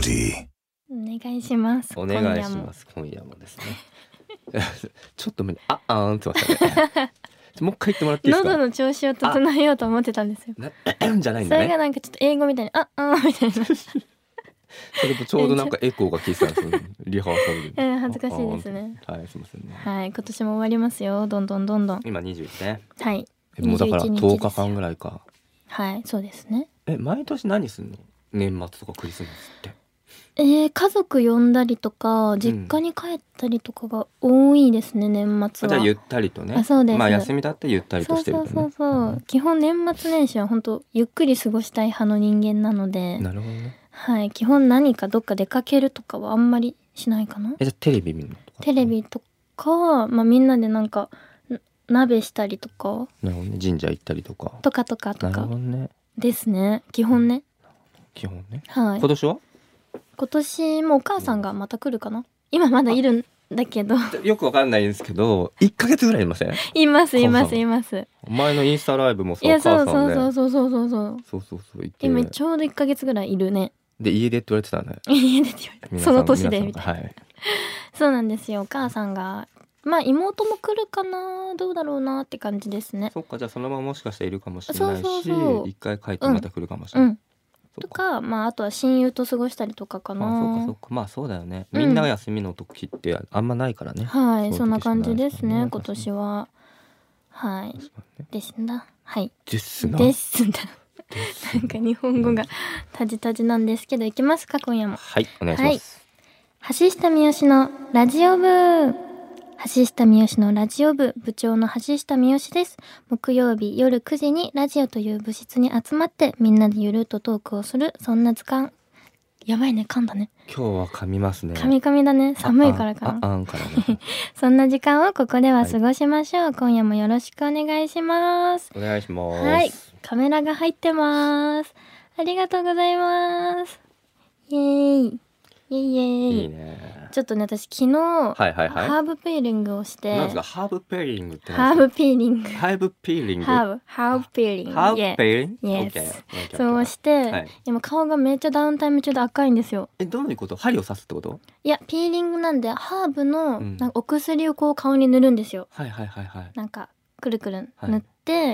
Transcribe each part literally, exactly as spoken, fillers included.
Melody。 お願いします。 お願いします。今夜もですね。ちょっとめああーんってましたね。もう一回言ってもらっていいですか。 喉の調子を整えようと思ってたんですよ。 なじゃないんだね。 それがなんかちょっと英語みたいにああみたいな。 それとちょうどなんかエコーが効いてたんですよ。リハーサルで。 えー、恥ずかしいですね。 はい、すみませんね。 はい、今年も終わりますよ。どんどんどんどん。 今にじゅうですね。 はい。 もうだからにじゅういちにちとおかかんぐらいか。 はい、そうですね。 え、毎年何するの？年末とかクリスマスって。 えー、家族呼んだりとか実家に帰ったりとかが多いですね、うん、年末は。 じゃあゆったりとね。 あ、そうです。 まあ休みだってゆったりとしてる、ね、 そうそうそうそう、うん、基本年末年始は本当ゆっくり過ごしたい派の人間なので。 なるほどね。 はい、基本何かどっか出かけるとかはあんまりしないかな。 え、じゃあテレビ見るのとか？ テレビとか、まあみんなでなんか鍋したりとか。 なるほどね。神社行ったりとか。 とかとかとか。 なるほどね。 ですね。基本ね。 基本ね。 はい。 今年は？ 今年もお母さんがまた来るかな。今まだいるんだけど。 よくわかんないんですけど、いっかげつぐらいいません？ いますいますいます。 お前のインスタライブもさ、 いや、そうお母さんね。 そうそうそうそうそう。 そうそうそういて。 今ちょうどいっかげつぐらいいるね。 で家出って言われてたね。 家出って言われた。その年でみたいな。 はい。 そうなんですよ。お母さんが。まあ妹も来るかな、どうだろうなって感じですね。 そっか、じゃあそのままもしかしたらいるかもしれないし、 そうそうそう一回帰ってまた来るかもしれない。 うん。とか、まああとは親友と過ごしたりとかかな。 あ、そうかそうか、まあそうだよね。みんなが休みの時ってあんまないからね。 はい、そんな感じですね。今年は。はい。ですな。はい。 ですな。 ですな。なんか日本語がタジタジなんですけど、いきますか今夜も。 はい、お願いします。 はい、橋下三好のラジオ部。橋下三好のラジオ部部長の橋下三好です。木曜日夜くじにラジオという部室に集まってみんなでゆるっとトークをする、そんな時間。やばいね、噛んだね。 今日は噛みますね。 噛み噛みだね。寒いからかな。 ああんからね。 そんな時間をここでは過ごしましょう。はい、今夜もよろしくお願いします。 お願いします。 はい、カメラが入ってます。ありがとうございます。イエーイ。イエイイエイ。 いいね。 ちょっとね、私昨日、はいはいはい、ハーブピーリングをして。 なんですか、ハーブピーリングってハーブピーリング。 ハーブピーリング。 ハーブ、ハーブピーリング。 ハーブピーリング。 Yes。そうして、はい、今顔がめっちゃダウンタイム中で赤いんですよ。 え、どういうこと？針を刺すってこと？ いや、ピーリングなんでハーブのなんかお薬をこう顔に塗るんですよ。 はいはいはいはい。 なんかくるくる塗って、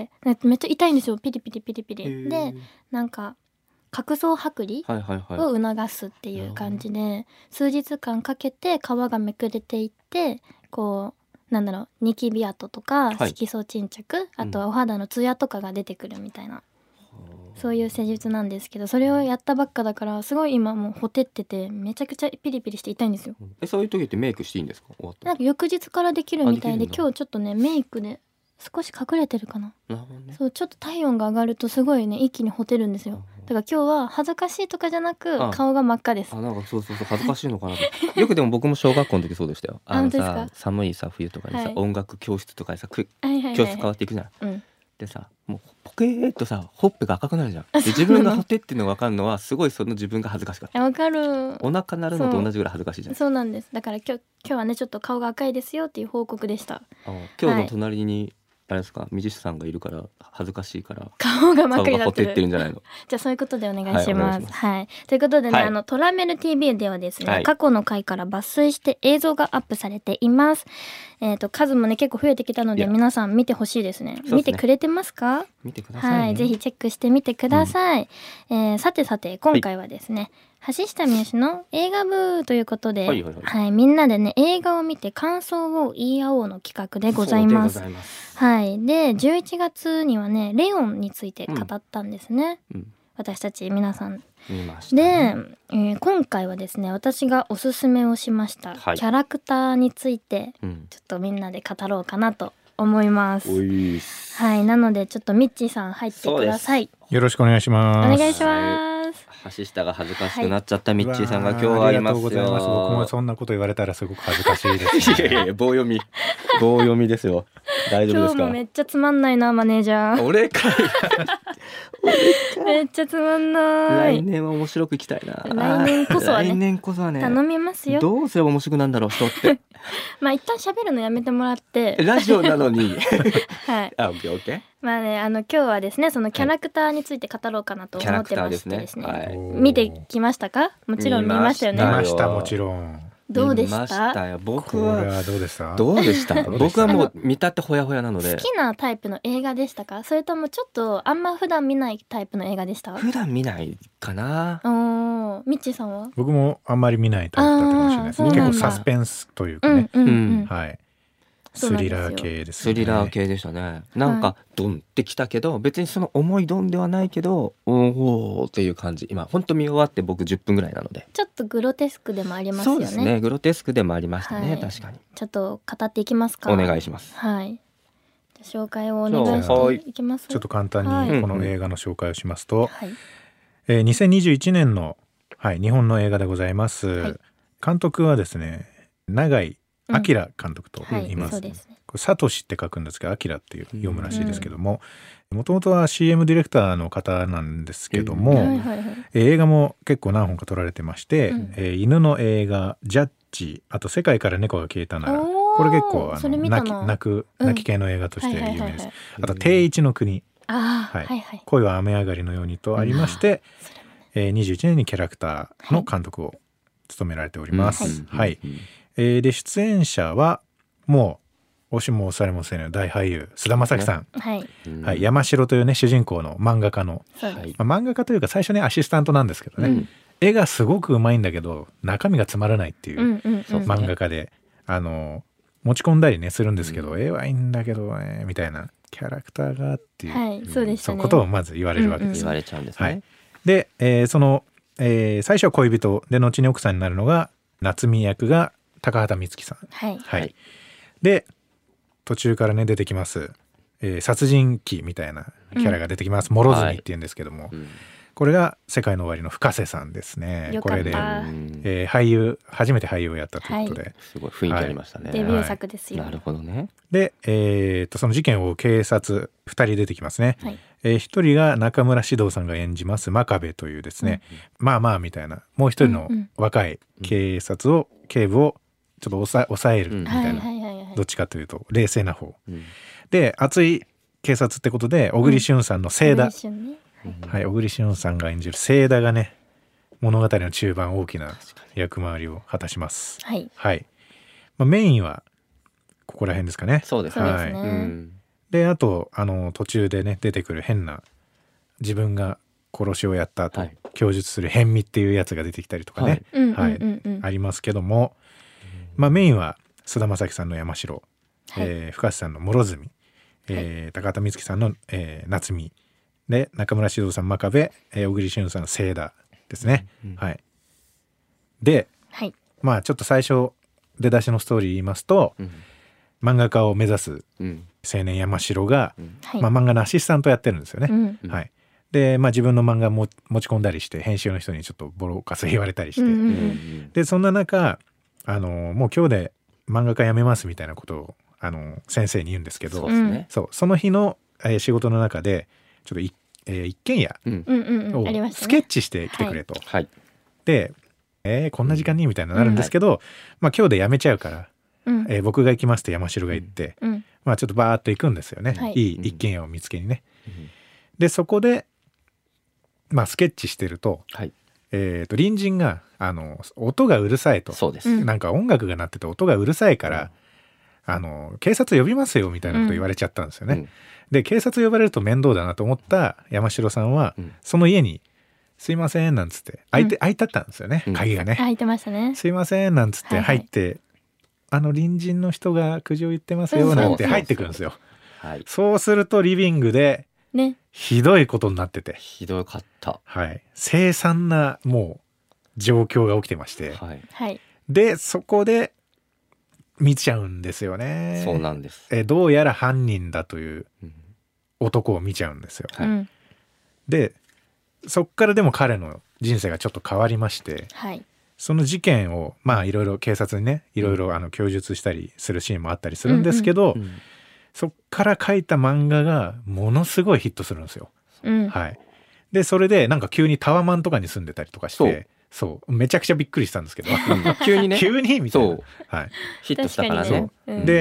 はい、めっちゃ痛いんですよ。ピリピリピリピリ。で、なんか角層剥離を促すっていう感じで、はいはいはい、数日間かけて皮がめくれていって、こうなんだろう、ニキビ跡とか色素沈着、はい、あとはお肌のツヤとかが出てくるみたいな、うん、そういう施術なんですけど、それをやったばっかだからすごい今もうほてっててめちゃくちゃピリピリして痛いんですよ。 え、そういう時ってメイクしていいんですか？終わったなんか翌日からできるみたいで、今日ちょっとねメイクで少し隠れてるかな。なるほどね。そう、ちょっと体温が上がるとすごいね一気にほてるんですよ。だから今日は恥ずかしいとかじゃなく顔が真っ赤です。 あ、なんかそうそうそう、恥ずかしいのかなと。よくでも僕も小学校の時そうでしたよ。あのさ、寒いさ冬とかにさ、はい、音楽教室とかでさ、教室変わっていくじゃん、うん、でさ、もうポケーっとさほっぺが赤くなるじゃん。で自分がほてってるのが分かるのはすごい、その自分が恥ずかしかった。 わかる。 お腹鳴るのと同じぐらい恥ずかしいじゃん。 そうなんです。だから今日今日はねちょっと顔が赤いですよっていう報告でした。 あ、今日の隣に、はい、あれですか、水師さんがいるから恥ずかしいから顔が真っ赤になってる。 顔がほてってるんじゃないの？ じゃあそういうことでお願いします。はい、はい、ということでね、はい、あのトラメル ティーブイ ではですね、はい、過去の回から抜粋して映像がアップされています。えっと数もね結構増えてきたので皆さん見てほしいですね。見てくれてますか？ 見てくださいね。 はい、ぜひチェックしてみてください。うん、えー、さてさて今回はですね、はい、橋下三好の映画部ということで、はいはいはいはい、みんなでね映画を見て感想を言い合おうの企画でございます。はい、でじゅういちがつにはねレオンについて語ったんですね、うん、私たち皆さん見ましたね。 で、えー、今回はですね私がおすすめをしました、はい、キャラクターについてちょっとみんなで語ろうかなと思います、 うん、 はい、なのでちょっとミッチーさん入ってください。 よろしくお願いします。 お願いします。 橋下が恥ずかしくなっちゃったミッチーさんが今日はいますよ。ありがとうございます。 僕もそんなこと言われたらすごく恥ずかしいです、 ね、いやいや棒読み棒読みですよ。大丈夫ですか？ 今日もめっちゃつまんないなマネージャー。 俺かいめっちゃつまんない。 来年は面白くいきたいな。 来年こそはね。 来年こそはね。 頼みますよ。 どうすれば面白くなんだろう人って。 まあ一旦喋るのやめてもらって。 ラジオなのに。 はい。 あ、オッケーオッケー。 まあね、あの今日はですねそのキャラクターについて語ろうかなと思ってましてですね、はい、見てきましたか？もちろん見ましたよね。 見ました、もちろん。 どうでした？ 見ましたよ。僕はこれはどうでした？ どうでした？僕はもう見たってほやほやなので。 好きなタイプの映画でしたか？それともちょっとあんま普段見ないタイプの映画でした？ 普段見ないかな。 おー、ミッチーさんは？ 僕もあんまり見ないタイプだったかもしれないです。結構サスペンスというかね、 うんうんうん、 はい、スリラー系ですね。 スリラー系でしたね。なんかドンってきたけど、はい、別にその重いドンではないけど、おおっていう感じ。今本当見終わって僕じゅっぷんぐらいなので。 ちょっとグロテスクでもありますよね。 そうですね。グロテスクでもありましたね。はい、確かに。 ちょっと語っていきますか。 お願いします。 はい。じゃ紹介をお願いしていきます。 ちょっと簡単にこの映画の紹介をしますと、 はい、 えー、にせんにじゅういちねんの、はい、日本の映画でございます。はい、監督はですね、永井明監督と言います。うん、はい、サトシって書くんですけど、アキラっていう読むらしいですけども、もともとは シーエム ディレクターの方なんですけども、えー、映画も結構何本か撮られてまして、うん、えー、犬の映画ジャッジ、あと世界から猫が消えたなら、これ結構あの泣き泣く泣き系の映画として有名です。あと定一の国、はい、恋は雨上がりのようにとありまして、うん、えー、にじゅういちねんにキャラクターの監督を務められております。はい、はい、えー、で出演者はもう押しも押されもせぬ大俳優菅田将暉さん、はいはい、山城というね主人公の漫画家の、まあ、漫画家というか最初ねアシスタントなんですけどね、うん、絵がすごくうまいんだけど中身がつまらないっていう漫画家で、あの持ち込んだりねするんですけど、うん、絵はいいんだけどねみたいなキャラクターがっていう、はい、そうでしたね、そうことをまず言われるわけです。 言われちゃうんですね。はい、 で、えー、その、えー、最初は恋人で後に奥さんになるのが夏美役が高畑充希さん、 はいはい、で途中からね出てきます、えー、殺人鬼みたいなキャラが出てきます、うん、諸角っていうんですけども、はい、うん、これが世界の終わりの深瀬さんですね。これで、えー、俳優初めて俳優をやったということで、はい、 すごい雰囲気ありましたね、 はい、デビュー作ですよ、 はい、なるほどね。 で、えー、とその事件を追う警察ふたり出てきますね、はい、えー、ひとりが中村獅童さんが演じます真壁というですね、うんうん、まあまあみたいなもう一人の若い警察を、うん、警部をちょっと抑え、抑えるみたいな、どっちかというと冷静な方、うん、で熱い警察ってことで小栗旬さんの清田、うん、はい、小栗旬さんが演じる清田がね物語の中盤大きな役回りを果たします。はい、はい、まあ、メインはここら辺ですかね。 そうですね、はい、うん、 であとあの途中でね出てくる変な自分が殺しをやったと供述する変身っていうやつが出てきたりとかね、はい、ありますけども、まあ、メインは菅田将暉さんの山城、はい、えー、深瀬さんの諸角、えー、高畑充希さんの、えー、夏美で中村獅童さん真壁、えー、小栗旬さんの清田ですね、うんうん、はい、で、はい、まあちょっと最初出だしのストーリー言いますと、うん、漫画家を目指す青年山城が、うん、まあ、漫画のアシスタントやってるんですよね、うん、はい、で、まあ、自分の漫画も持ち込んだりして編集の人にちょっとボロカス言われたりして、うんうんうん、でそんな中あのもう今日で漫画家辞めますみたいなことをあの先生に言うんですけど、そうですね、そうその日の、えー、仕事の中でちょっとい、えー、一軒家をスケッチしてきてくれと、はい、で、えー、こんな時間にみたいになるんですけど、うん、はい、まあ、今日で辞めちゃうから、うん、えー、僕が行きますと山城が言って、うん、まあ、ちょっとバーッと行くんですよね、はい、いい一軒家を見つけにね、うん、でそこで、まあ、スケッチしてると、はい、えー、と隣人があの音がうるさいと、そうです、なんか音楽が鳴ってて音がうるさいから、うん、あの警察呼びますよみたいなこと言われちゃったんですよね、うん、で警察呼ばれると面倒だなと思った山城さんは、うん、その家にすいませんなんつって開いて、うん、開いてあったんですよね、鍵がね、 開いてましたね、 すいませんなんつって入って、はいはい、あの隣人の人が苦情言ってますよなんて入ってくるんですよ、はい、そうするとリビングでね、ひどいことになってて、 ひどかった、 はい、凄惨なもう状況が起きてまして、はい、でそこで見ちゃうんですよね。 そうなんです。 えどうやら犯人だという男を見ちゃうんですよ、うん、でそっからでも彼の人生がちょっと変わりまして、はい、その事件をまあいろいろ警察にねいろいろあの供述したりするシーンもあったりするんですけど、うんうん、そっから書いた漫画がものすごいヒットするんですよ、うん、はい、でそれでなんか急にタワマンとかに住んでたりとかして、そうめちゃくちゃびっくりしたんですけど急にね急にみたいな、はい、 ヒットしたからね、 うん、で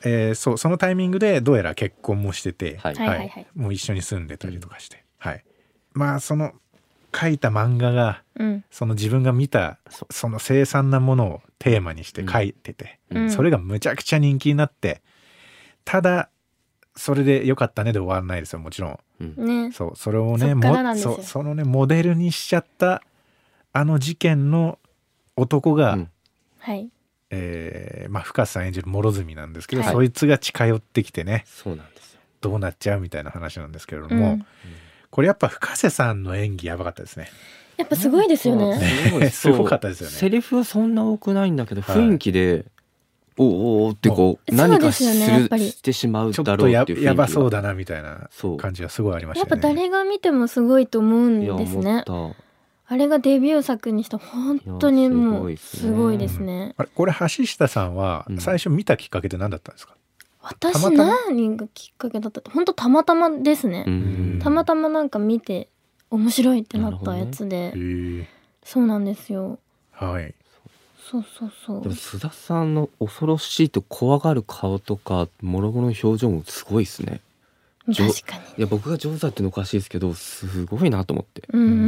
えー、そうそのタイミングでどうやら結婚もしてて、 はいはいはい、 もう一緒に住んでたりとかして、うん、はい、まあその書いた漫画が、うん、その自分が見たその凄惨なものをテーマにして書いてて、うん、それがむちゃくちゃ人気になって、ただそれでよかったねで終わらないですよもちろん、うん、そうそれをねもそそのねモデルにしちゃったあの事件の男が、うん、はいえーまあ、深瀬さん演じる諸角なんですけど、はい、そいつが近寄ってきてね、 そうなんですよ、 どうなっちゃうみたいな話なんですけれども、うん、これやっぱ深瀬さんの演技やばかったですね。 やっぱすごいですよね。 ねすごかったですよね。 セリフはそんな多くないんだけど、雰囲気で、はい、おおおってこう何かする、ね、してしまうだろうっていう雰囲気がちょっと や, やばそうだなみたいな感じがすごいありましたね。 やっぱ誰が見てもすごいと思うんですね。あれがデビュー作にした本当にもうすごいですね。 あれこれ橋下さんは最初見たきっかけって何だったんですか？ うん、私何がきっかけだったって本当たまたまですね。たまたまなんか見て面白いってなったやつで、ね、そうなんですよ。 はい。 そうそうそう。 でも須田さんの恐ろしいと怖がる顔とかもろもろの表情もすごいですね。 確かに。いや僕が上手だっていうのおかしいですけどすごいなと思って。 うんうんうん。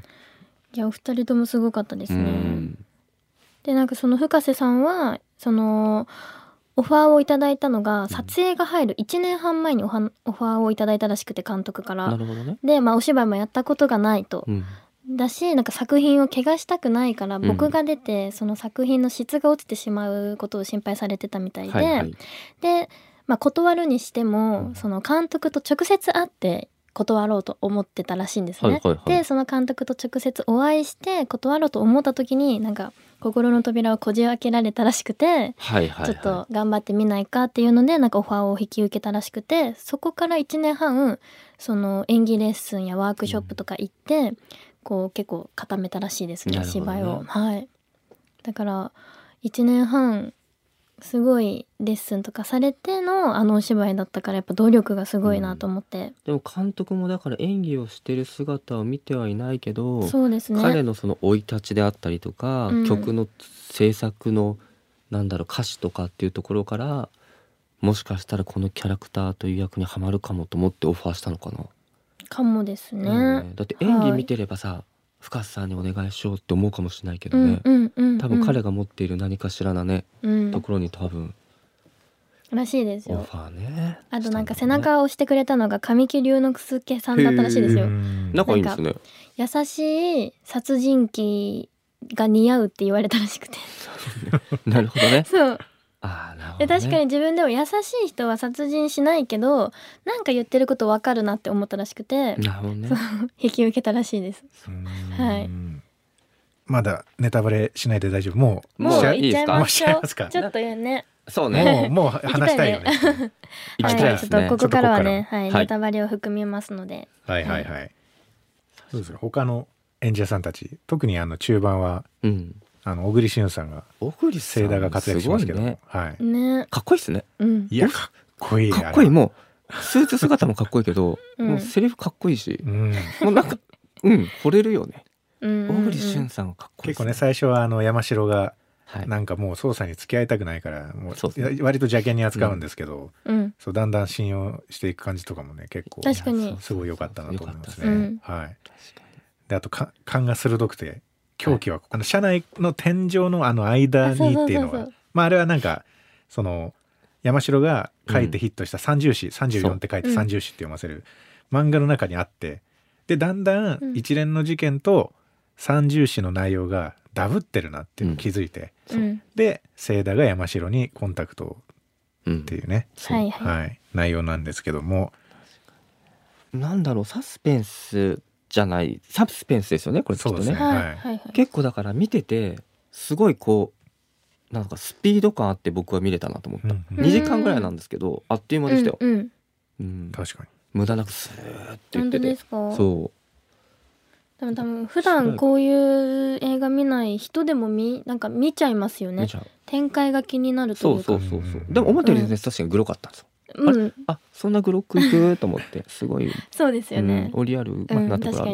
いやお二人ともすごかったですね。でなんかその深瀬さんはそのオファーをいただいたのが撮影が入るいちねんはん前にオファーをいただいたらしくて監督から。 なるほどね。 でまあお芝居もやったことがないと。うんだしなんか作品を汚したくないから僕が出て、うん、その作品の質が落ちてしまうことを心配されてたみたいで、はいはい、で、まあ、断るにしても、うん、その監督と直接会って断ろうと思ってたらしいんですね、はいはいはい、でその監督と直接お会いして断ろうと思った時になんか心の扉をこじ開けられたらしくて、はいはいはい、ちょっと頑張ってみないかっていうのでなんかオファーを引き受けたらしくてそこからいちねんはんその演技レッスンやワークショップとか行って、うんこう結構固めたらしいですね、芝居を、はい、だからいちねんはんすごいレッスンとかされてのあのお芝居だったからやっぱ努力がすごいなと思って、うん、 でも監督もだから演技をしてる姿を見てはいないけどそうですね彼のその生い立ちであったりとか、うん、曲の制作のなんだろう歌詞とかっていうところからもしかしたらこのキャラクターという役にはまるかもと思ってオファーしたのかなかもですね、 うん、だって演技見てればさ、はい、深瀬さんにお願いしようって思うかもしれないけどね、うんうんうんうん、多分彼が持っている何かしらなね、うん、ところに多分らしいですよ。 オファーね。 あとなんか背中を押してくれたのが神木隆之介さんだったらしいですよ。 仲いいんですね。 優しい殺人鬼が似合うって言われたらしくてなるほどね。 そうあーなるほどね、 で確かに自分でも優しい人は殺人しないけどなんか言ってること分かるなって思ったらしくてなるほど、ね、 引き受けたらしいです。はい。 まだネタバレしないで大丈夫？もうもういっちゃいましょう。 もうちょっとねそうねもうもう話したいよね行きたいですね。 はい、ちょっとここからはね、はい、ネタバレを含みますので、 はい、はいはいはいそうですね。他の演者さんたち特にあの中盤は、うん、あの小栗旬さんが小栗聖田が活躍しますけど、ねはいね、 かっこいいですね、 うん、 いやかっこいいかっこいい。もうスーツ姿もかっこいいけど、うん、もうセリフかっこいいし、うん、もうなんかうん惚れるよね。うんうんうん、小栗旬さんがかっこいい、ね、 結構ね最初はあの山城がなんかもう捜査に付き合いたくないからもう割と邪険に扱うんですけど、うん、そうだんだん信用していく感じとかもね結構確かにすごい良かったなと思いますね。うん、はい。であとか勘が鋭くて凶器は、はい、あの車内の天井のあの間にっていうのはまああれはなんかその山城が書いてヒットした三重詩、うん、さんじゅうよんって書いて三重詩って読ませる漫画の中にあってでだんだん一連の事件と三重詩の内容がダブってるなっていうのを気づいて、うん、で聖田が山城にコンタクトっていうね、うんはいはい、内容なんですけどもなんだろうサスペンスじゃないサスペンスですよねこれきっとね。そうですね、はい、結構だから見ててすごいこうなんかスピード感あって僕は見れたなと思った、うんうん、にじかんぐらいなんですけどあっという間でしたよ、うんうん、確かに無駄なくスーって言ってて。 本当ですか？ そうでも多分普段こういう映画見ない人でも見なんか見ちゃいますよね。展開が気になるというか。 そうそうそうそう。でも思ったよりね確かにグロかったんですよ。うん、あ, あそんなグロくいくと思ってすごいそうですよね、 うん、オリアルうまくなってくる、うん、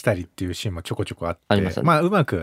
その直接あのまあ刺したりっていうシーンもちょこちょこあってあります、ね、まあうまくね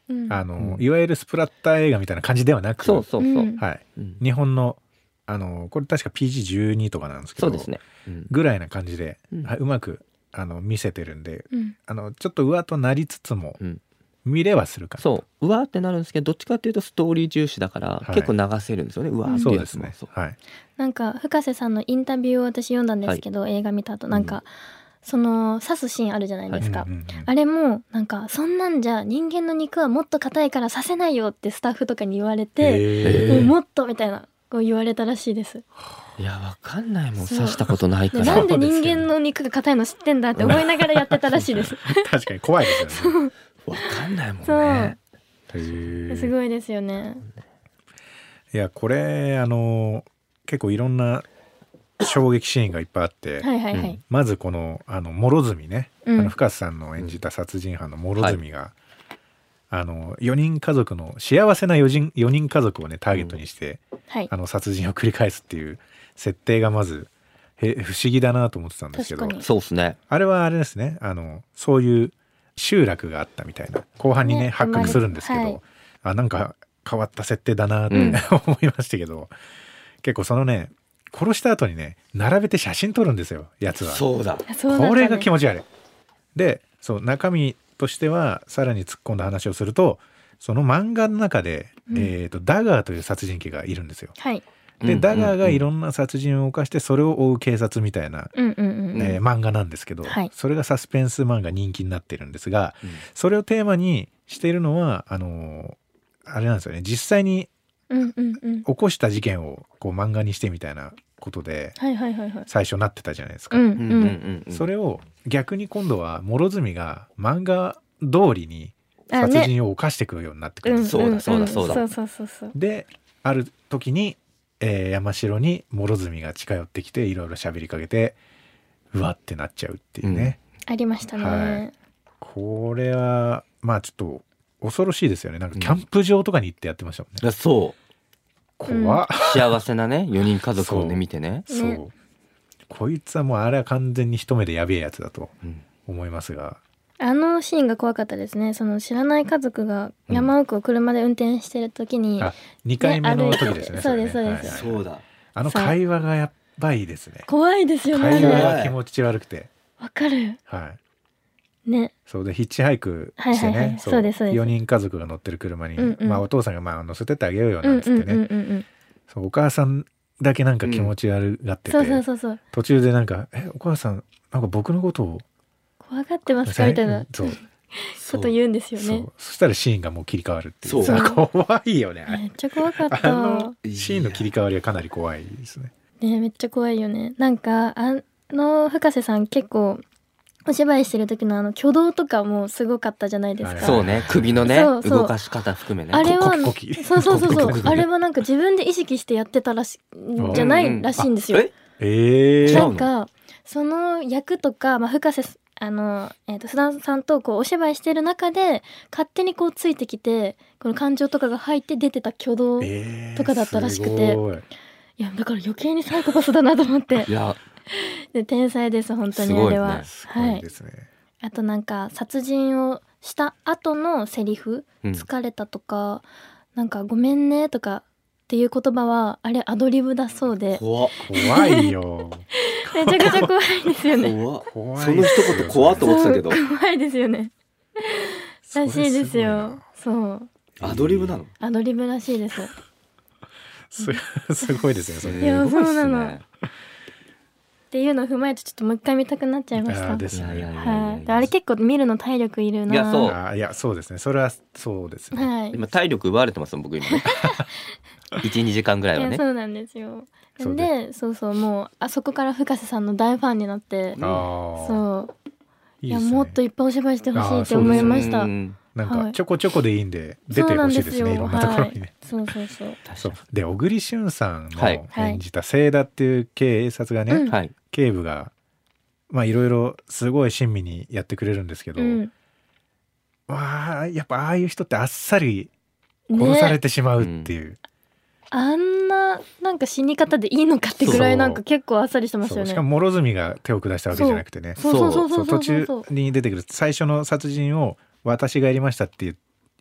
うん、あのいわゆるスプラッター映画みたいな感じではなく、 そうそうそう、 はい、うん、日本のあのこれ確か ピージーじゅうに とかなんですけど、 そうですね、うん、 ぐらいな感じで、うん、うまくあの見せてるんで、うん、あのちょっと上となりつつも、うん、見れはするかな。 そううわーってなるんですけど、どっちかっていうとストーリー重視だから、はい、結構流せるんですよね、うわーっていうやつも。 そうですね、はい、 なんか深瀬さんのインタビューを私読んだんですけど、はい、映画見た後なんか、うん、その刺すシーンあるじゃないですか、はい、あれもなんかそんなんじゃ人間の肉はもっと硬いから刺せないよってスタッフとかに言われて、もうもっとみたいなこう言われたらしいです。 いやわかんないもん、刺したことないから。 なんで人間の肉が硬いの知ってんだって思いながらやってたらしいです確かに怖いですよね。 わかんないもんね。 へすごいですよね。 いやこれあの結構いろんな衝撃シーンがいっぱいあってはいはい、はい、まずこのあの諸角ね、うん、あの深瀬さんの演じた殺人犯の諸角が、はい、あのよにん家族の幸せなよにん、よにん家族をねターゲットにして、うんはい、あの殺人を繰り返すっていう設定がまずへ不思議だなと思ってたんですけど、 そうですね、 あれはあれですね、あのそういう集落があったみたいな後半にね、ね発覚するんですけど、はい、あなんか変わった設定だなって、うん、思いましたけど、結構そのね殺した後にね並べて写真撮るんですよやつは。 そうだ、 これが気持ち悪い。でそう中身としてはさらに突っ込んだ話をすると、その漫画の中で、うんえー、とダガーという殺人鬼がいるんですよ、 はい、 でダガーがいろんな殺人を犯してそれを追う警察みたいな、うんうんうんえー、漫画なんですけど、はい、それがサスペンス漫画人気になってるんですが、うん、それをテーマにしているのはあのー、あれなんですよね、実際に起こした事件をこう漫画にしてみたいなことで最初なってたじゃないですか、それを逆に今度は諸角が漫画通りに殺人を犯してくるようになってくるんですよ。 そうだそうだそうだ。 である時に、えー、山城に諸角が近寄ってきていろいろ喋りかけてうわってなっちゃうっていうね、 うん、ありましたね、はい、 これはまあちょっと恐ろしいですよね。なんかキャンプ場とかに行ってやってましたもんね、 うん、そう怖っ、 うん、幸せなねよにん家族をね見てね、 そう、ね、こいつはもうあれは完全に一目でやべえやつだと思いますが、 うん、あのシーンが怖かったですね。その知らない家族が山奥を車で運転してる時に、うん、 あにかいめの時ですね。 そうですそうです、 はいはい、そうだ、 あの会話がやっばいですね。 怖いですよね。 会話が気持ち悪くてわかる、 はいね、 そうでヒッチハイクしてね、はいはいはい、そうそうですそうです、よにん家族が乗ってる車に、うんうん、まあ、お父さんがまあ乗せてってあげようよなんつってね、うんうんうんうん、そうお母さんだけなんか気持ち悪がってて、うん、そうそうそうそう、途中でなんかえお母さんなんか僕のことを怖がってますかみたいなそうこと言うんですよね。そう、 そしたらシーンがもう切り替わるっていう、そう怖いよね。 めっちゃ怖かった。 あのシーンの切り替わりはかなり怖いですね。 ね、めっちゃ怖いよね。なんかあの深瀬さん結構お芝居してる時のあの挙動とかもすごかったじゃないですか。 そうね、首のねそうそう動かし方含めね。 あれはそうそうそうそうあれはなんか自分で意識してやってたらしじゃないらしいんですよ。 えー、 なんかその役とか、まあ、深瀬あの、えー、と須田さんとこうお芝居してる中で勝手にこうついてきてこの感情とかが入って出てた挙動とかだったらしくて、えー、いやだから余計にサイコパスだなと思って。いやで天才です本当にあれは。 すごいですね。はい、 あとなんか殺人をした後のセリフ、うん、疲れたとかなんかごめんねとかっていう言葉はあれアドリブだそうで怖いよめちゃくちゃ怖いですよね。 怖いその一言怖っと思ってたけど怖いですよねらしいですよ。そうアドリブなの？ アドリブらしいですす, すごいですねそれ。 いやそうなのっていうのを踏まえてちょっともう一回見たくなっちゃいました。あですね。はい。あれ結構見るの体力いるな。 いやそう。 あいやそうですね。それはそうですね。はい。 今体力奪われてますもん僕今ね。いち、にじかんぐらいはね。 いやそうなんですよ。で、でそうそうもうあそこから深瀬さんの大ファンになって、あそう。いや、いいですね、もっといっぱいお芝居してほしいって思いました。 なんかちょこちょこでいいんで出てほしいですね、はい、いろんなところにね、 はい、そうそうそうそうで小栗旬さんの演じた清田っていう警察がね、はい、警部がまあいろいろすごい親身にやってくれるんですけど、うん、わあやっぱああいう人ってあっさり殺されてしまうっていう、ね、 うん、あんななんか死に方でいいのかってぐらいなんか結構あっさりしてますよね。 しかも諸角が手を下したわけじゃなくてね、途中に出てくる最初の殺人を私がやりましたって言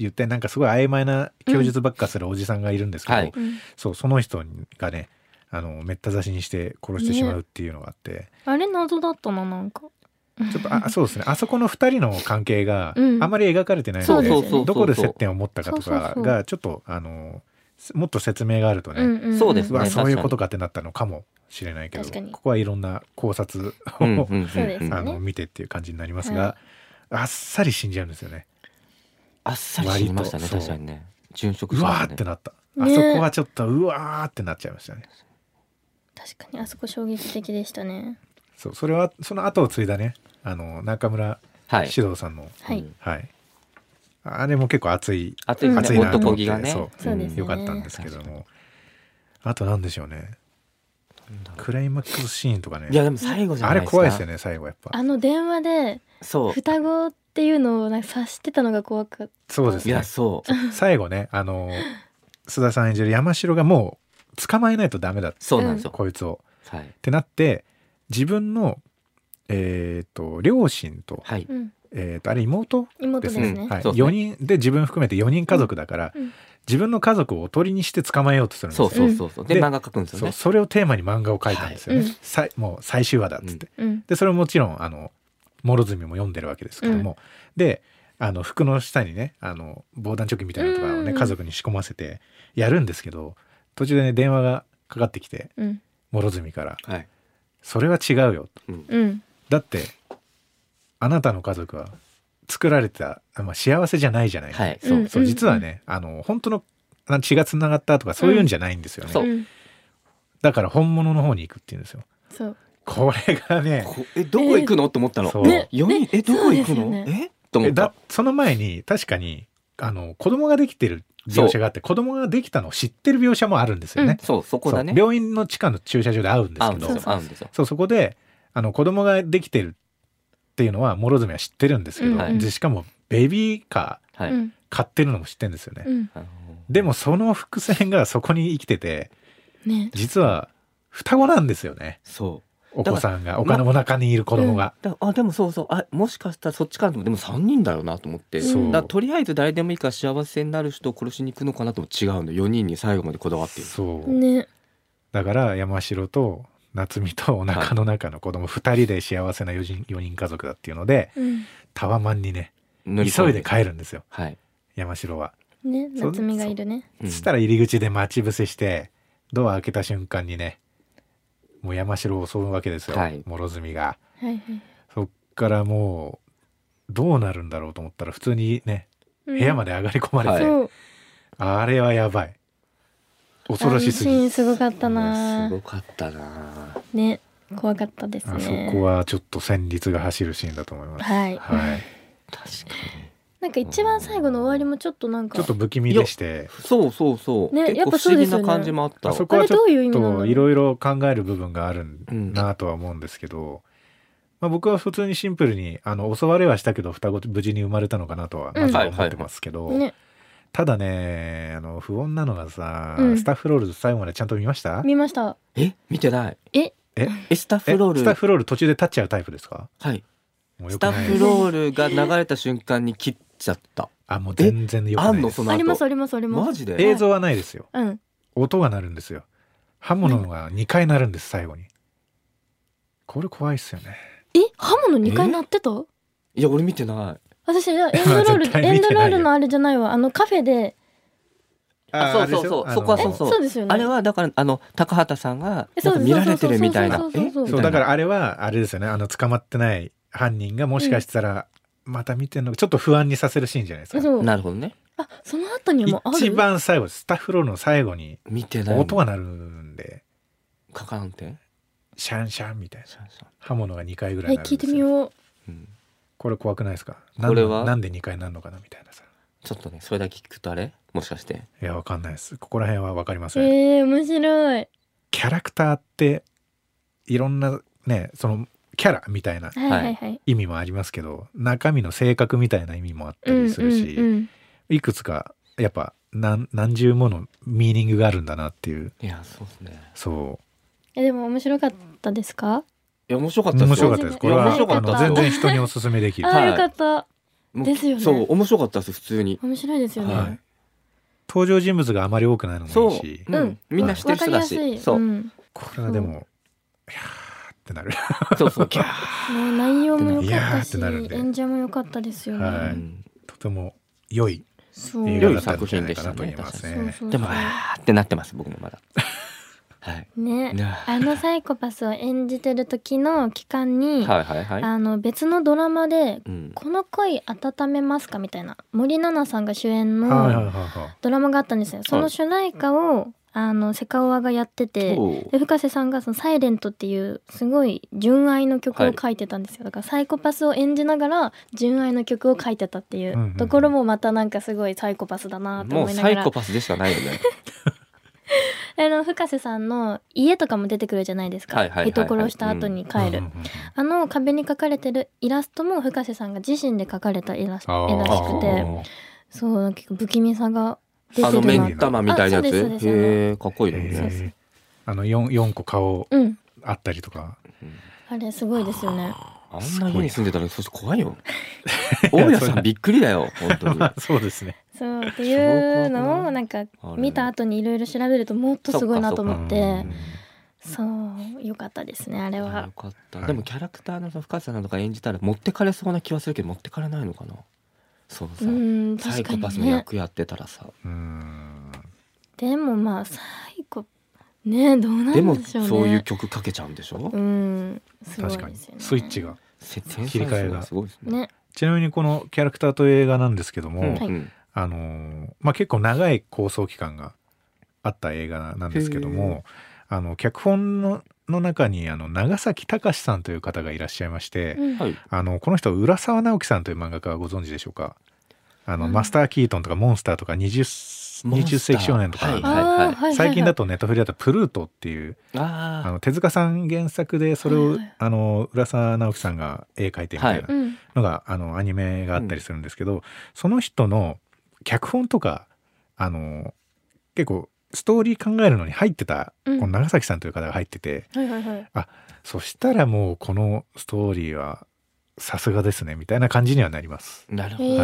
言ってなんかすごい曖昧な供述ばっかするおじさんがいるんですけど、うんはい、そうその人がねあのめった刺しにして殺してしまうっていうのがあって、ね、 あれ謎だったななんかちょっとあそうですねあそこのふたりの関係があまり描かれてないので、うん、どこで接点を持ったかとかがちょっとあのもっと説明があるとね、うんうんうん、そうですねそういうことかってなったのかもしれないけどここはいろんな考察を、うんうんうん、あの見てっていう感じになりますが、はい、あっさり死んじゃうんですよね。 あっさり死にましたね確かにね殉職しましたね。 うわーってなった、ね、あそこはちょっとうわーってなっちゃいましたね。 確かにあそこ衝撃的でしたね。 そうそれはその後を継いだねあの中村獅童さんの、はいはい、あれも結構熱い熱い、ね、熱いなと思って、 ね、そうそうですね、よかったんですけどもあとなんでしょうねクライマックスシーンとかね。 いやでも最後じゃないですか。 あれ怖いですよね最後やっぱ。 あの電話で双子っていうのをなんか察してたのが怖かった。 そうですね。 いやそう最後ねあの須田さん演じる山城がもう捕まえないとダメだ。 そうなんですよこいつを、 はい、 ってなって自分のえっ、ー、と両親と、はいえー、とあれ妹ですね。妹ですね、はい、よにんで自分含めてよにん家族だから、うんうん、自分の家族をおとりにして捕まえようとするんですよ。 そうそうそうで漫画描くんですよね。 そ, それをテーマに漫画を描いたんですよね、はい、もう最終話だっつって、うん、でそれももちろんあの諸角も読んでるわけですけども、うん、であの服の下にねあの防弾チョッキみたいなのとかをね、うん、家族に仕込ませてやるんですけど途中でね電話がかかってきて、うん、諸角から、はい、それは違うよと、うん、だってあなたの家族は作られた、まあ、幸せじゃないじゃない、はい、そうそう実はね、うん、あの本当の血がつながったとかそういうんじゃないんですよね、うん、だから本物の方に行くっていうんですよ。そうこれがねえどこ行くの、えー、と思ったの、ね、よにんえどこ行くの、ね、えと思った。だその前に確かにあの子供ができてる描写があって子供ができたのを知ってる描写もあるんですよね、 うん、そうそこだね。 病院の地下の駐車場で会うんですけど会うんですよ。 そうそこであの子供ができてるっていうのは諸角は知ってるんですけど、うん、でしかもベビーカー、はい、買ってるのも知ってるんですよね、うん、でもその伏線がそこに生きてて、ね、実は双子なんですよね。そうお子さんがお金の中にいる子供が、 まあ、あでもそうそうあもしかしたらそっちからでもでもさんにんだよなと思って、そうだとりあえず誰でもいいから幸せになる人を殺しに行くのかなとも違うのよにんに最後までこだわっている。 そう、ね、だから山城と夏美とお腹の中の子供ふたりで幸せなよにん家族だっていうので、うん、タワマンにね急いで帰るんですよ、はい、山城は、 ね、夏美がいるね。 そ, そしたら入り口で待ち伏せしてドア開けた瞬間にねもう山城を襲うわけですよ、はい、諸角が、はいはい、そっからもうどうなるんだろうと思ったら普通にね、うん、部屋まで上がり込まれて、はい、あれはやばい恐ろしすぎ。 シーンすごかったな。 すごかったな。 ね、怖かったですね。 あそこはちょっと戦慄が走るシーンだと思います。はい。はい。 確かに。 なんか一番最後の終わりもちょっとなんかちょっと不気味でして、 そうそうそう。ね、やっぱそうですよね。不思議な感じもあった。 あそこはちょっといろいろ考える部分があるなとは思うんですけど、うん、まあ僕は普通にシンプルにあの襲われはしたけど双子無事に生まれたのかなとはまずは思ってますけど。うんね、ただねあの不穏なのがさ、うん、スタッフロール最後までちゃんと見ました？ 見ました。 え見てない。 えええスタッフロールスタッフロール途中で立っちゃうタイプですか？ はい。もうよくない。スタッフロールが流れた瞬間に切っちゃった。 あもう全然よくないです。あんのその後ありますありますあります。 マジで？ 映像はないですよ。うん。音が鳴るんですよ。刃物がにかい鳴るんです最後に。これ怖いっすよね。 え刃物にかい鳴ってた？ いや俺見てない。 私エンドロールエンドロールのあれじゃないわあのカフェで。 あそうそうそうそこはそうそう。そうですよね。あれはだからあの高畑さんがなんか見られてるみたいな。 そうだからあれはあれですよねあの捕まってない犯人がもしかしたらまた見てるのちょっと不安にさせるシーンじゃないですか。 なるほどね。 あその後にもある。 一番最後スタッフロールの最後に見てない音が鳴るんで。 カカンってシャンシャンみたいな刃物がにかいぐらい鳴るんですよ。 聞いてみよう。 うん、これ怖くないですか？これはなんでにかいなるのかなみたいなさ。 ちょっとねそれだけ聞くとあれもしかして。 いやわかんないです。ここら辺はわかりません。 えー、面白い。 キャラクターっていろんなねそのキャラみたいな意味もありますけど、はいはいはい、中身の性格みたいな意味もあったりするし、うんうんうん、いくつかやっぱ 何, 何重ものミーニングがあるんだなっていう。 いやそうですね。 そう。 えでも面白かったですか？ いや面白かったです。 面白かったです。これはあの全然人におすすめできる。 あ、よかった。 ですよね。 そう面白かったです普通に。 面白いですよね、はい、 登場人物があまり多くないのもいいし、 う、うん、みんな知ってる人だし、はい、そう、うん、 これはでもいやーってなるそうそうキャー、 ね、内容も良かったし演者も良かったですよね、はい、 とても良い映画だったんじゃないかなと思いますね。でもあーってなってます僕もまだはい、 ね、あのサイコパスを演じてる時の期間に、はいはいはい、あの別のドラマで、うん、この恋温めますかみたいな森七菜さんが主演のドラマがあったんですよ。その主題歌をあのセカオワがやってて、で深瀬さんがそのサイレントっていうすごい純愛の曲を書いてたんですよ。だからサイコパスを演じながら純愛の曲を書いてたっていうところもまたなんかすごいサイコパスだなと思いながら、 もうサイコパスでしかないよねあの深瀬さんの家とかも出てくるじゃないですか、はいはいはいはい、人殺した後に帰る、うん、あの壁に描かれてるイラストも深瀬さんが自身で描かれたイラスト絵らしくて、そう結構不気味さが出てるな。あの目ん玉みたいなやつ、へーかっこいいね。そうそう、 あの 4, 4個顔あったりとか、 うん、あれすごいですよね。 あんな家に住んでたらそして怖いよ大家さんびっくりだよ本当にそうですね。 そうっていうのをなんか見た後にいろいろ調べるともっとすごいなと思って、そうよかったですねあれは。 よかった、はい、でもキャラクターの深瀬さんとか演じたら持ってかれそうな気はするけど持ってかれないのかな。そうさ、うん、サイコパスの役やってたらさ、うーん、 でもまあサイコねどうなんでしょうね。 でもそういう曲かけちゃうんでしょ。うん、 すごいですよね。 確かにスイッチが切り替えがすごいですね。ね、 ちなみにこのキャラクターという映画なんですけども、うんはい、あのーまあ、結構長い構想期間があった映画なんですけども、あの脚本のの中にあの長崎隆さんという方がいらっしゃいまして、うん、あのこの人浦沢直樹さんという漫画家はご存知でしょうか。あの、うん、マスター・キートンとかモンスターとか 20, 20世紀少年とか、はいはいはい、最近だとネットフリだとプルートっていうああの手塚さん原作でそれを、はいはい、あの浦沢直樹さんが絵描いてみたいなのが、はい、あのアニメがあったりするんですけど、うん、その人の脚本とかあの結構ストーリー考えるのに入ってた、うん、この長崎さんという方が入ってて、はいはいはい、あそしたらもうこのストーリーはさすがですねみたいな感じにはなります。 なるほど、 はい、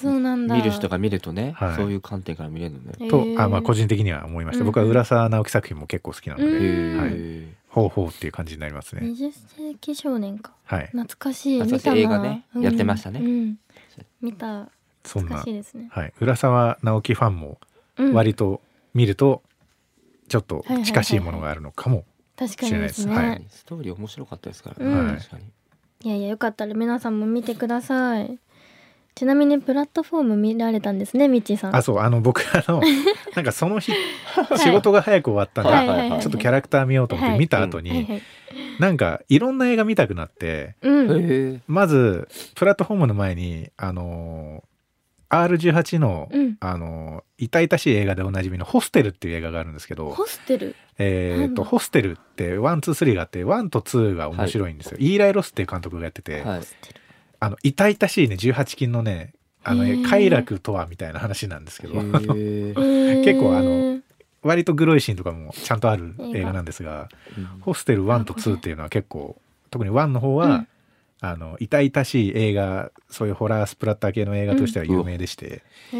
そうなんだ。 見る人が見るとね、はい、そういう観点から見れるのねとあ、まあ、個人的には思いました、うん、僕は浦沢直樹作品も結構好きなので、はい、ほうほうっていう感じになりますね。 にじゅっ世紀少年か、はい、懐かしい。 見たな映画ね、うん、やってましたね、うん、 見たそんな懐かしいですね。 はい、浦沢直樹ファンも割と見るとちょっと近しいものがあるのかもしれないです。 確かにですね、はい、 ストーリー面白かったですからね、 うん、確かに。いやいやよかったら皆さんも見てください。ちなみにプラットフォーム見られたんですねみっちーさん。 あそうあの僕あのなんかその日仕事が早く終わったんで、はい、ちょっとキャラクター見ようと思って見た後に、はいはいはい、なんかいろんな映画見たくなって、うん、まずプラットフォームの前にあの アールじゅうはち の、うん、あの痛々しい映画でおなじみのホステルっていう映画があるんですけど、 ホステルえー、とホステルってワンツースリーがあってワンとツーが面白いんですよ、はい、イーライ・ロスっていう監督がやってて、はい、あの痛々しいねじゅうはち禁のねあの快楽とはみたいな話なんですけど結構あの割とグロいシーンとかもちゃんとある映画なんですが、うん、ホステルワンとツーっていうのは結構特にワンの方は、うん、あの痛々しい映画そういうホラースプラッター系の映画としては有名でして、うん、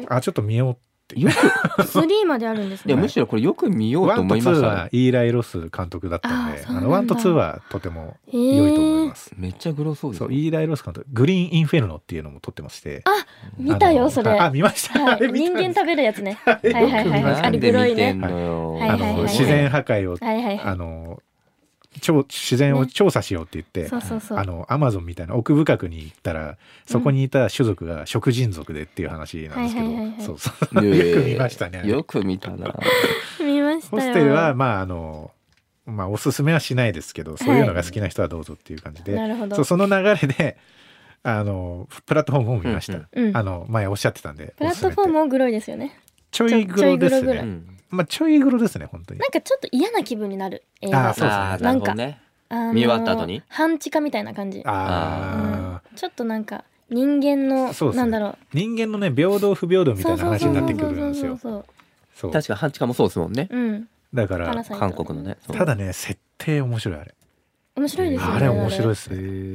あちょっと見ようよくスリーまであるんですね。 いやむしろこれよく見ようと思いましたね。ワンとツーはイーライ・ロス監督だったんで、あのワンとツーはとても良いと思います。 めっちゃグロそうです、ね。 そうイーライ・ロス監督グリーン・インフェルノっていうのも撮ってまして。 あ見たよそれ。 あ見ました。 はい、人間食べるやつね。はいはいはいはい。あれグロいね。 自然破壊を、はいはいはい、あの超自然を調査しようって言って、ね、そうそうそうあのアマゾンみたいな奥深くに行ったらそこにいた種族が食人族でっていう話なんですけど、うん、そうそうよく見ましたね。 よく見たな見ましたよ。 ホステルはまああのまあおすすめはしないですけどそういうのが好きな人はどうぞっていう感じで、はい、そうその流れであのプラットフォームを見ました、うんうん、あの前おっしゃってたんでプラットフォームもグロいですよね。 ちょいグロですね。まあちょいグロですね本当に。 なんかちょっと嫌な気分になる映画。 あそうですね。なんかね、あのー、見終わった後に半地下みたいな感じ。あ、うん、ちょっとなんか人間の、ね、なんだろう人間のね平等不平等みたいな話になってくるんですよ。 確か半地下もそうですもんね。 うん、 だから韓国のね。 ただね設定面白いあれ。 面白いですよね。 あれ面白いですね。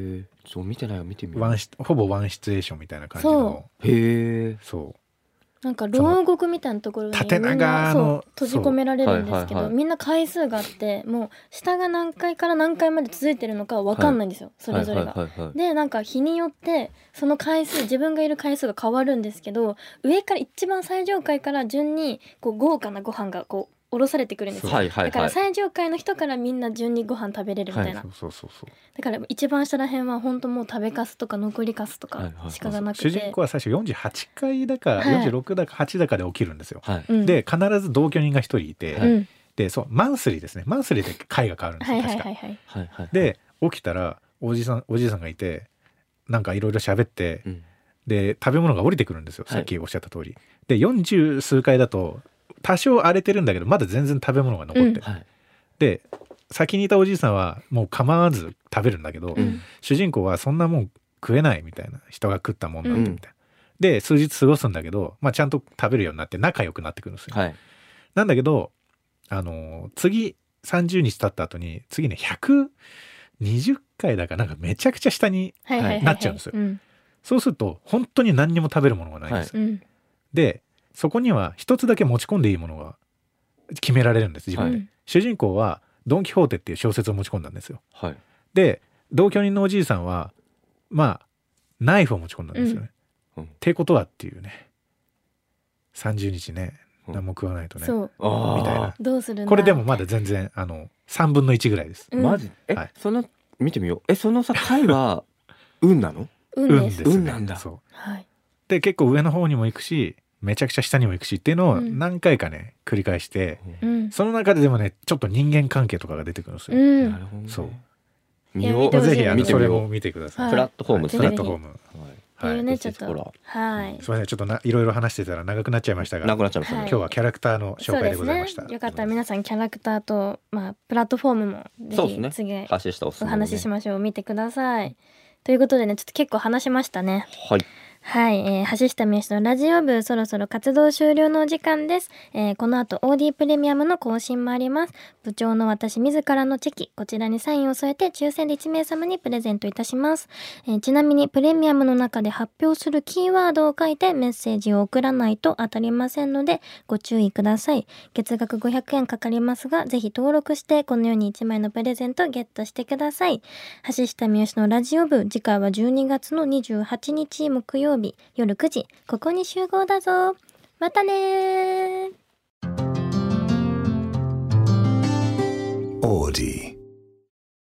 そう見てないよ見てみよう。 ワンほぼワンシチュエーションみたいな感じの。 へえ。 そうなんか牢獄みたいなところに縦長の閉じ込められるんですけど、みんな回数があってもう下が何階から何階まで続いてるのか分かんないんですよ、はい、それぞれが、はいはいはいはい、でなんか日によってその回数自分がいる回数が変わるんですけど、上から一番最上階から順にこう豪華なご飯がこう降ろされてくるんですよ、はいはいはい、だから最上階の人からみんな順にご飯食べれるみたいな、はい、そうそうそうそう、だから一番下らへんは本当もう食べかすとか残りかすとかしかがなくて、 主人公は最初よんじゅうはちかいだか、はい、よんじゅうろくだかはちだかで起きるんですよ、はい、で必ず同居人が一人いて、はい、でそうマンスリーですね、マンスリーで回が変わるんですよ、確か、はいはいはいはい、で起きたらおじさんおじいさんがいてなんかいろいろ喋って、うん、で食べ物が降りてくるんですよ、さっきおっしゃった通り、はい、でよんじゅう数回だと多少荒れてるんだけどまだ全然食べ物が残ってる、うん、で先にいたおじいさんはもう構わず食べるんだけど、うん、主人公はそんなもん食えないみたいな、人が食ったもんなんてみたいな、うん、で数日過ごすんだけど、まあ、ちゃんと食べるようになって仲良くなってくるんですよ、はい、なんだけどあの次さんじゅうにち経った後に次ねひゃくにじゅっかいだかなんかめちゃくちゃ下になっちゃうんですよ、そうすると本当に何にも食べるものがないんです、はい、でそこには一つだけ持ち込んでいいものが決められるんです自分で、はい、主人公はドン・キホーテっていう小説を持ち込んだんですよ、はい、で同居人のおじいさんはまあナイフを持ち込んだんですよね、うん、ってことはっていうね、さんじゅうにちね何も食わないとね、そうみたいな、どうするんだ、これでもまだ全然あのさんぶんのいちぐらいです、 うん、マジえ、はい、その見てみよう、えそのさ回は運なの運です、 運なんだ、 そう、はい、で結構上の方にも行くしめちゃくちゃ下にも行くしっていうのを何回かね、うん、繰り返して、うん、その中ででもねちょっと人間関係とかが出てくるんですよ、うん、なるほどね、そう見よう、ぜひあのそれも見てください、 はい、プラットフォーム、 プラットフォーム、はいっていうね、ちょっとはい、 すみません、ちょっとないろいろ話してたら長くなっちゃいましたが、 長くなっちゃいましたね、 今日はキャラクターの紹介でございました、 ね、よかったら皆さんキャラクターと、まあ、プラットフォームもぜひ次、ね、お話ししましょう、見てくださいということでね、ちょっと結構話しましたね、はいはい、えー、橋下美由のラジオ部、そろそろ活動終了のお時間です。えー、この後 オーディー プレミアムの更新もあります。部長の私自らのチェキ、こちらにサインを添えて抽選でいちめいさまにプレゼントいたします。えー、ちなみにプレミアムの中で発表するキーワードを書いてメッセージを送らないと当たりませんのでご注意ください。月額ごひゃくえんかかりますが、ぜひ登録してこのようにいちまいのプレゼントゲットしてください。橋下美由のラジオ部、次回はじゅうにがつのにじゅうはちにち木曜日夜くじ、ここに集合だぞ。またねー。オーディ